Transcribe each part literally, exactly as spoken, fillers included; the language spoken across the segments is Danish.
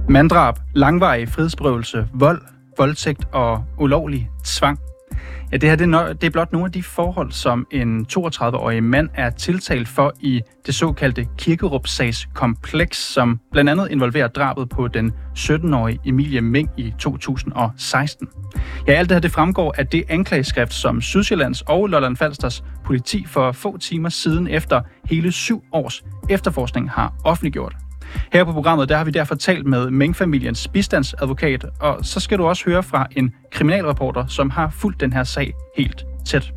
Manddrab, langvarig frihedsberøvelse, vold, voldtægt og ulovlig tvang. Ja, det her det er, no- det er blot nogle af de forhold, som en toogtredive-årig mand er tiltalt for i det såkaldte Kirkerup-sagskompleks, som blandt andet involverer drabet på den sytten-årige Emilie Meng i to tusind og seksten. Ja, alt det her det fremgår af det anklageskrift, som Sydsjællands og Lolland-Falsters politi for få timer siden efter hele syv års efterforskning har offentliggjort. Her på programmet der har vi derfor talt med Meng-familiens bistandsadvokat, og så skal du også høre fra en kriminalreporter, som har fulgt den her sag helt tæt.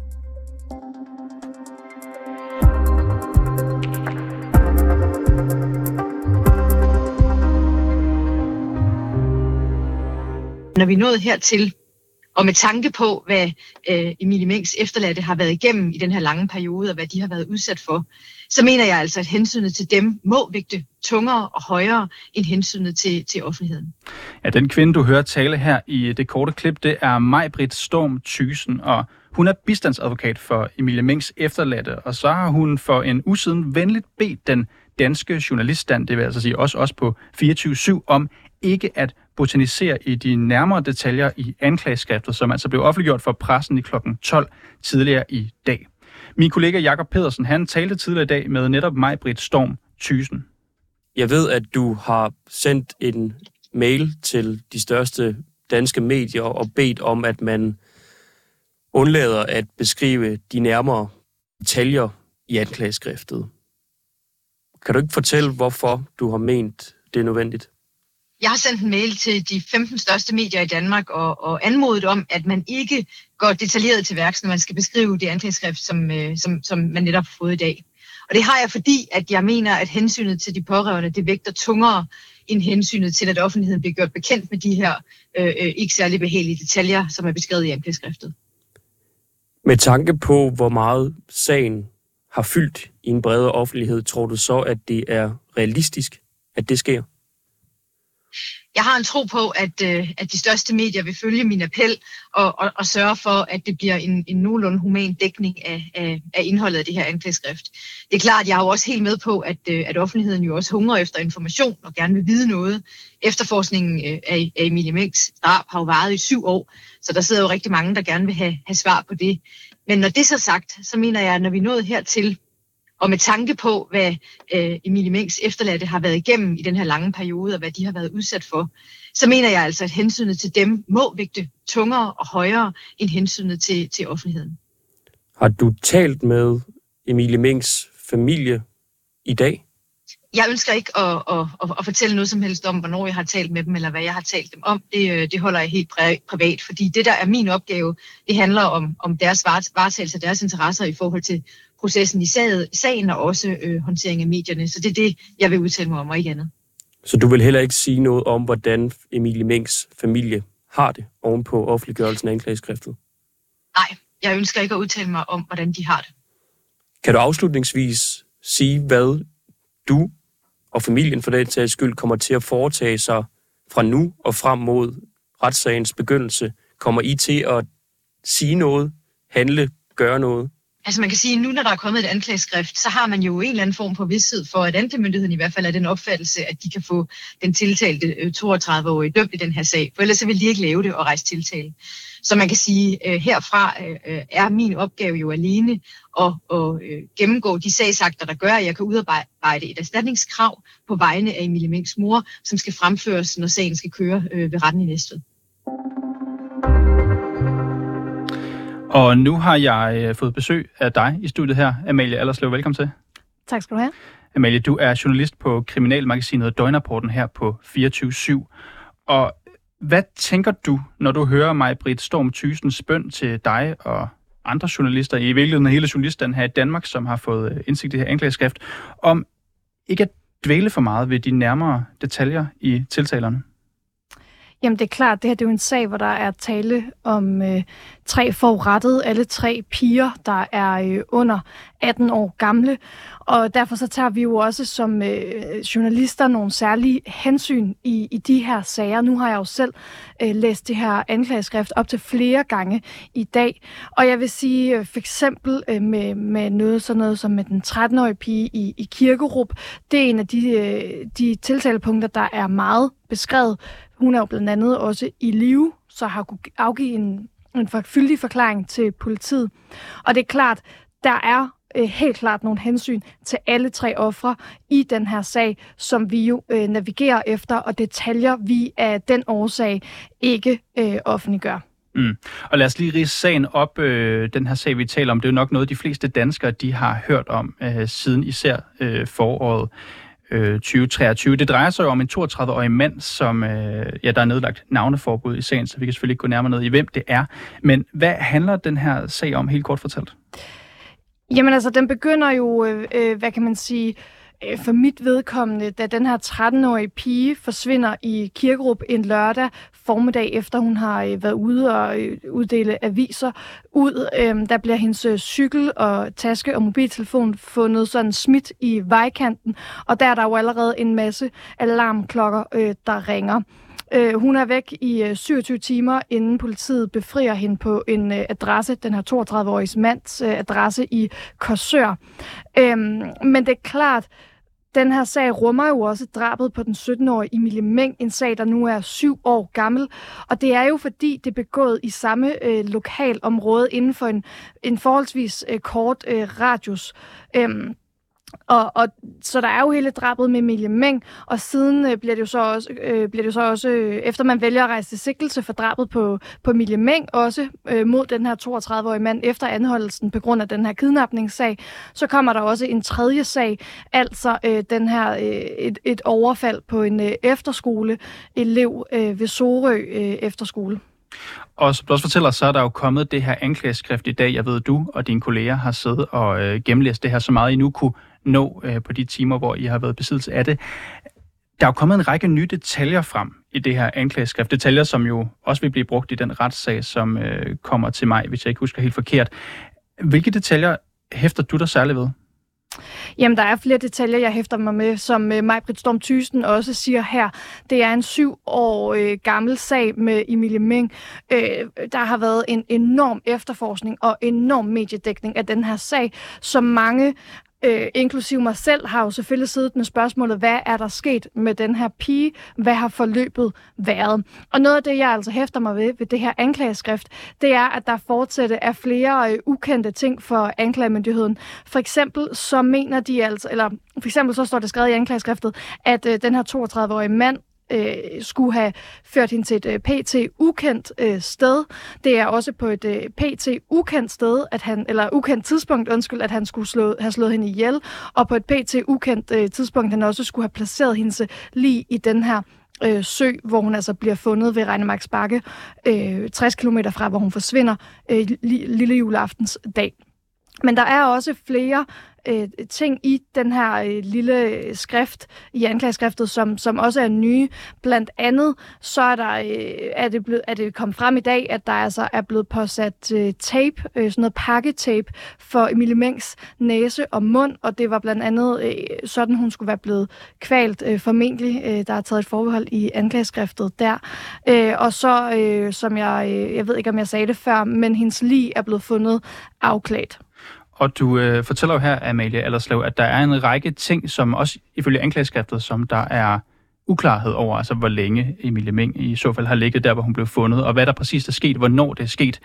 Når vi er nået hertil, og med tanke på, hvad øh, Emilie Mengs efterladte har været igennem i den her lange periode, og hvad de har været udsat for, så mener jeg altså, at hensynet til dem må vægte tungere og højere end hensynet til, til offentligheden. Ja, den kvinde, du hører tale her i det korte klip, det er Maj-Britt Storm Thyssen, og hun er bistandsadvokat for Emilie Mengs efterladte, og så har hun for en uge siden venligt bedt den danske journaliststand, det vil altså sige også os på fireogtyve syv, om ikke at botanisere i de nærmere detaljer i anklageskriftet, som altså blev offentliggjort for pressen i klokken tolv tidligere i dag. Min kollega Jakob Pedersen, han talte tidligere i dag med netop Maj-Britt Storm Thyssen. Jeg ved, at du har sendt en mail til de største danske medier og bedt om, at man undlader at beskrive de nærmere detaljer i anklageskriftet. Kan du ikke fortælle, hvorfor du har ment, det er nødvendigt? Jeg har sendt en mail til de femten største medier i Danmark og, og anmodet om, at man ikke går detaljeret til værks, når man skal beskrive det anklageskrift, som, øh, som, som man netop har fået i dag. Og det har jeg, fordi at jeg mener, at hensynet til de pårørende, det vægter tungere end hensynet til, at offentligheden bliver gjort bekendt med de her øh, ikke særlig behagelige detaljer, som er beskrevet i anklageskriftet. Med tanke på, hvor meget sagen har fyldt i en bredere offentlighed, tror du så, at det er realistisk, at det sker? Jeg har en tro på, at, øh, at de største medier vil følge min appel og, og, og sørge for, at det bliver en, en nogenlunde human dækning af, af, af indholdet af det her anklageskrift. Det er klart, jeg er jo også helt med på, at, øh, at offentligheden jo også hungrer efter information og gerne vil vide noget. Efterforskningen øh, af, af Emilie Mengs drab har jo varet i syv år, så der sidder jo rigtig mange, der gerne vil have, have svar på det. Men når det så sagt, så mener jeg, at når vi er nået hertil, og med tanke på, hvad øh, Emilie Mengs efterladte har været igennem i den her lange periode, og hvad de har været udsat for, så mener jeg altså, at hensynet til dem må vægte tungere og højere end hensynet til, til offentligheden. Har du talt med Emilie Mengs familie i dag? Jeg ønsker ikke at, at, at, at fortælle noget som helst om, hvornår jeg har talt med dem, eller hvad jeg har talt dem om. Det, det holder jeg helt privat, fordi det, der er min opgave, det handler om, om deres varetagelse af deres interesser i forhold til processen i sagen, og også øh, håndtering af medierne. Så det er det, jeg vil udtale mig om, og ikke andet. Så du vil heller ikke sige noget om, hvordan Emilie Mengs familie har det ovenpå offentliggørelsen af anklageskriftet? Nej, jeg ønsker ikke at udtale mig om, hvordan de har det. Kan du afslutningsvis sige, hvad du og familien for den sags skyld kommer til at foretage sig fra nu og frem mod retssagens begyndelse? Kommer I til at sige noget, handle, gøre noget? Altså man kan sige, at nu når der er kommet et anklageskrift, så har man jo en eller anden form for vished for, at anklagemyndigheden i hvert fald er den opfattelse, at de kan få den tiltalte toogtredive-årige dømt i den her sag. For ellers så vil de ikke lave det og rejse tiltale. Så man kan sige, at herfra er min opgave jo alene at, at gennemgå de sagsakter, der gør, at jeg kan udarbejde et erstatningskrav på vegne af Emilie Mengs mor, som skal fremføres, når sagen skal køre ved retten i Næstved. Og nu har jeg fået besøg af dig i studiet her, Amalie Allerslev. Velkommen til. Tak skal du have. Amalie, du er journalist på kriminalmagasinet Døgnrapporten her på fireogtyve syv. Og hvad tænker du, når du hører Maj-Britt Storm Thyssens bøn til dig og andre journalister, i virkeligheden hele journalisterne her i Danmark, som har fået indsigt i det her anklageskrift, om ikke at dvæle for meget ved de nærmere detaljer i tiltalerne? Jamen det er klart, det her det er jo en sag, hvor der er tale om øh, tre forurettede, alle tre piger, der er øh, under atten år gamle. Og derfor så tager vi jo også som øh, journalister nogle særlige hensyn i, i de her sager. Nu har jeg jo selv øh, læst det her anklageskrift op til flere gange i dag. Og jeg vil sige øh, for eksempel øh, med, med noget sådan noget som med den tretten-årige pige i, i Kirkerup. Det er en af de, øh, de tiltalepunkter, der er meget beskrevet. Hun er jo blandt andet også i live, så har kunne afgive en, en fyldig forklaring til politiet. Og det er klart, der er øh, helt klart nogle hensyn til alle tre ofre i den her sag, som vi jo øh, navigerer efter, og detaljer vi af den årsag ikke øh, offentliggør. Mm. Og lad os lige ridse sagen op. Øh, den her sag, vi taler om, det er jo nok noget, de fleste danskere de har hørt om øh, siden især øh, foråret tyve treogtyve. Det drejer sig jo om en toogtredive-årig mand, som øh, ja, der er nedlagt navneforbud i sagen, så vi kan selvfølgelig ikke gå nærmere ned i, hvem det er. Men hvad handler den her sag om, helt kort fortalt? Jamen altså, den begynder jo, øh, hvad kan man sige, øh, for mit vedkommende, da den her tretten-årige pige forsvinder i Kirkerup en lørdag formiddag, efter hun har øh, været ude og øh, uddele aviser ud. Øh, der bliver hendes øh, cykel og taske og mobiltelefon fundet sådan smidt i vejkanten, og der er der jo allerede en masse alarmklokker, øh, der ringer. Øh, hun er væk i øh, syvogtyve timer, inden politiet befrier hende på en øh, adresse, den her toogtredive-årige mands øh, adresse i Korsør. Øh, men det er klart, den her sag rummer jo også drabet på den sytten-årige Emilie Meng, en sag, der nu er syv år gammel. Og det er jo fordi, det er begået i samme øh, lokalområde inden for en, en forholdsvis øh, kort øh, radius. Øhm, Og, og så der er jo hele drabet med Emilie Meng, og siden øh, bliver det jo så også, øh, bliver det jo så også øh, efter man vælger at rejse til sigtelse for drabet på, på Emilie Meng, også øh, mod den her toogtredive-årige mand efter anholdelsen på grund af den her kidnapningssag, så kommer der også en tredje sag, altså øh, den her øh, et, et overfald på en øh, efterskoleelev øh, ved Sorø øh, efterskole. Og som du også fortæller, så er der jo kommet det her anklageskrift i dag. Jeg ved, du og dine kolleger har siddet og øh, gennemlæst det her så meget, I nu kunne nå øh, på de timer, hvor I har været i besiddelse af det. Der er jo kommet en række nye detaljer frem i det her anklageskrift. Detaljer, som jo også vil blive brugt i den retssag, som øh, kommer til mig, hvis jeg ikke husker helt forkert. Hvilke detaljer hæfter du dig særligt ved? Jamen, der er flere detaljer, jeg hæfter mig med, som øh, Maj-Britt Storm Thyssen også siger her. Det er en syv år øh, gammel sag med Emilie Meng. Øh, der har været en enorm efterforskning og enorm mediedækning af den her sag, som mange Øh, inklusive mig selv, har jo selvfølgelig siddet med spørgsmålet, hvad er der sket med den her pige? Hvad har forløbet været? Og noget af det, jeg altså hæfter mig ved, ved det her anklageskrift, det er, at der fortsætter af flere øh, ukendte ting for anklagemyndigheden. For eksempel så mener de altså, eller for eksempel så står det skrevet i anklageskriftet, at øh, den her toogtredive-årige mand Øh, skulle have ført hende til et øh, P T ukendt øh, sted. Det er også på et øh, P T ukendt sted, at han, eller ukendt tidspunkt, undskyld, at han skulle slå, have slået hende ihjel, og på et P T ukendt øh, tidspunkt, han også skulle have placeret hendes lig i den her øh, sø, hvor hun altså bliver fundet ved Regnemarks Bakke, øh, tres kilometer fra, hvor hun forsvinder øh, lille juleaftens dag. Men der er også flere øh, ting i den her øh, lille skrift, i anklageskriftet, som, som også er nye. Blandt andet så er, der, øh, er, det blevet, er det kommet frem i dag, at der altså er blevet påsat øh, tape, øh, sådan noget pakketape for Emilie Mengs næse og mund, og det var blandt andet øh, sådan, hun skulle være blevet kvalt, øh, formentlig. Øh, der er taget et forbehold i anklageskriftet der. Øh, og så, øh, som jeg, øh, jeg ved ikke, om jeg sagde det før, men hendes lig er blevet fundet afklædt. Og du øh, fortæller jo her, Amalie Allerslev, at der er en række ting, som også ifølge anklageskriftet, som der er uklarhed over, altså hvor længe Emilie Meng i så fald har ligget der, hvor hun blev fundet, og hvad der præcis er sket, hvornår det er sket.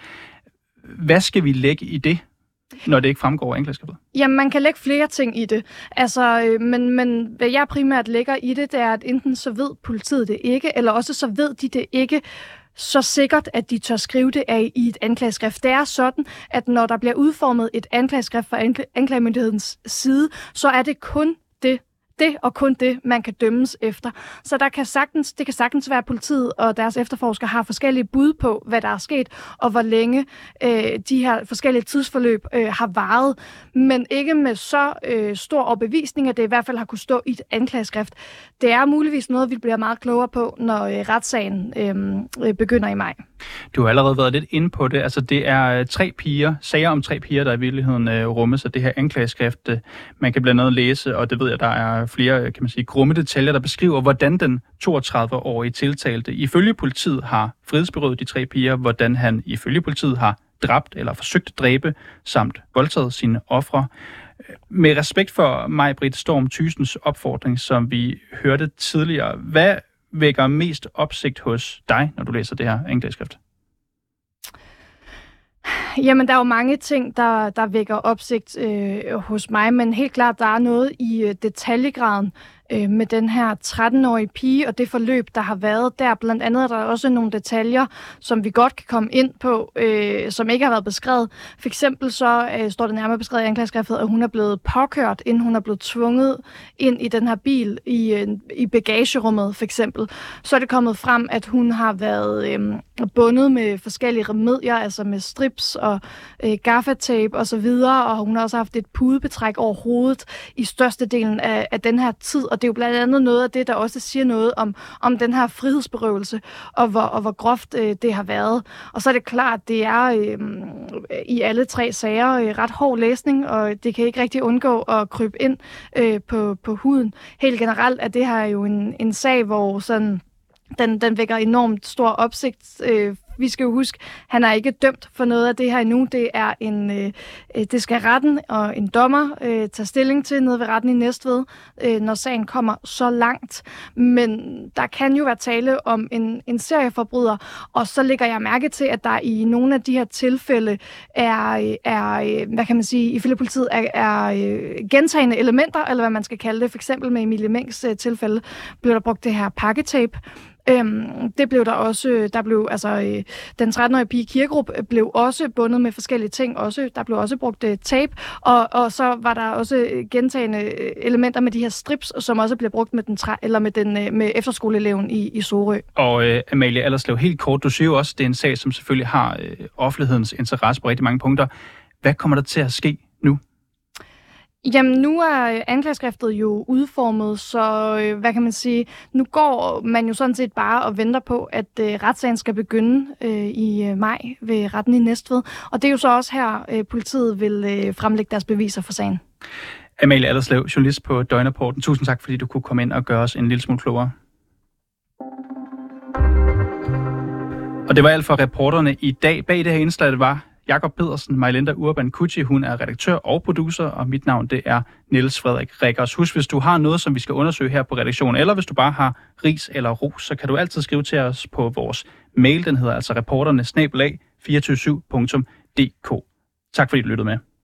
Hvad skal vi lægge i det, når det ikke fremgår af anklageskriftet? Jamen, man kan lægge flere ting i det. Altså, øh, men, men hvad jeg primært lægger i det, det er, at enten så ved politiet det ikke, eller også så ved de det ikke så sikkert, at de tør skrive det af i et anklageskrift. Det er sådan, at når der bliver udformet et anklageskrift fra anklagemyndighedens side, så er det kun det, det og kun det, man kan dømmes efter. Så der kan sagtens, det kan sagtens være, at politiet og deres efterforskere har forskellige bud på, hvad der er sket, og hvor længe øh, de her forskellige tidsforløb øh, har varet, men ikke med så øh, stor overbevisning, at det i hvert fald har kunne stå i et anklageskrift. Det er muligvis noget, vi bliver meget klogere på, når øh, retssagen øh, begynder i maj. Du har allerede været lidt inde på det. Altså, det er tre piger, sager om tre piger, der i virkeligheden øh, rummes af det her anklageskrift. Man kan blandt andet læse, og det ved jeg, der er flere, kan man sige, grumme detaljer, der beskriver, hvordan den toogtredive-årige tiltalte ifølge politiet har frihedsberøvet de tre piger, hvordan han ifølge politiet har dræbt eller forsøgt at dræbe, samt voldtaget sine ofre. Med respekt for Maj-Britt Storm Thysens opfordring, som vi hørte tidligere, hvad vækker mest opsigt hos dig, når du læser det her anklageskrift? Jamen, der er jo mange ting, der, der vækker opsigt øh, hos mig, men helt klart, der er noget i øh, detaljegraden øh, med den her tretten-årige pige og det forløb, der har været der. Blandt andet er der også nogle detaljer, som vi godt kan komme ind på, øh, som ikke har været beskrevet. For eksempel så øh, står det nærmere beskrevet i anklageskriftet, at hun er blevet påkørt, inden hun er blevet tvunget ind i den her bil i, øh, i bagagerummet, for eksempel. Så er det kommet frem, at hun har været øh, bundet med forskellige remedier, altså med strips og øh, gaffatape og så videre, og hun har også haft et pudebetræk over hovedet i størstedelen af, af den her tid, og det er jo blandt andet noget af det, der også siger noget om, om den her frihedsberøvelse, og hvor, og hvor groft øh, det har været. Og så er det klart, det er øh, i alle tre sager øh, ret hård læsning, og det kan ikke rigtig undgå at krybe ind øh, på, på huden. Helt generelt er det her jo en, en sag, hvor sådan, den, den vækker enormt stor opsigt. Øh, Vi skal jo huske, han er ikke dømt for noget af det her endnu. Det er en, øh, det skal retten og en dommer øh, tage stilling til nede ved retten i Næstved, øh, når sagen kommer så langt. Men der kan jo være tale om en, en serieforbryder, og så lægger jeg mærke til, at der i nogle af de her tilfælde er, er hvad kan man sige, ifølge politiet er, er gentagende elementer, eller hvad man skal kalde det. For eksempel med Emilie Mengs øh, tilfælde blev der brugt det her pakketape. Øhm, det blev der også, der blev, altså, øh, den tretten-årige pige Kirkerup blev også bundet med forskellige ting, også, der blev også brugt øh, tape, og, og så var der også gentagende elementer med de her strips, som også bliver brugt med den, træ, eller med den øh, med efterskoleeleven i, i Sorø. Og øh, Amalie Allerslev, helt kort, du siger jo også, det er en sag, som selvfølgelig har øh, offentlighedens interesse på rigtig mange punkter. Hvad kommer der til at ske nu? Jamen, nu er anklageskriftet jo udformet, så øh, hvad kan man sige, nu går man jo sådan set bare og venter på, at øh, retssagen skal begynde øh, i øh, maj ved retten i Næstved. Og det er jo så også her, øh, politiet vil øh, fremlægge deres beviser for sagen. Amalie Allerslev, journalist på Døgnrapporten. Tusind tak, fordi du kunne komme ind og gøre os en lille smule klogere. Og det var alt for reporterne i dag. Bag det her indslag var Jakob Pedersen, Majlinda Urban Kucci, hun er redaktør og producer, og mit navn det er Niels Frederik Rikkers. Husk, hvis du har noget, som vi skal undersøge her på redaktionen, eller hvis du bare har ris eller ros, så kan du altid skrive til os på vores mail. Den hedder altså reporterne snabel-a to fire syv punktum d k. Tak fordi du lyttede med.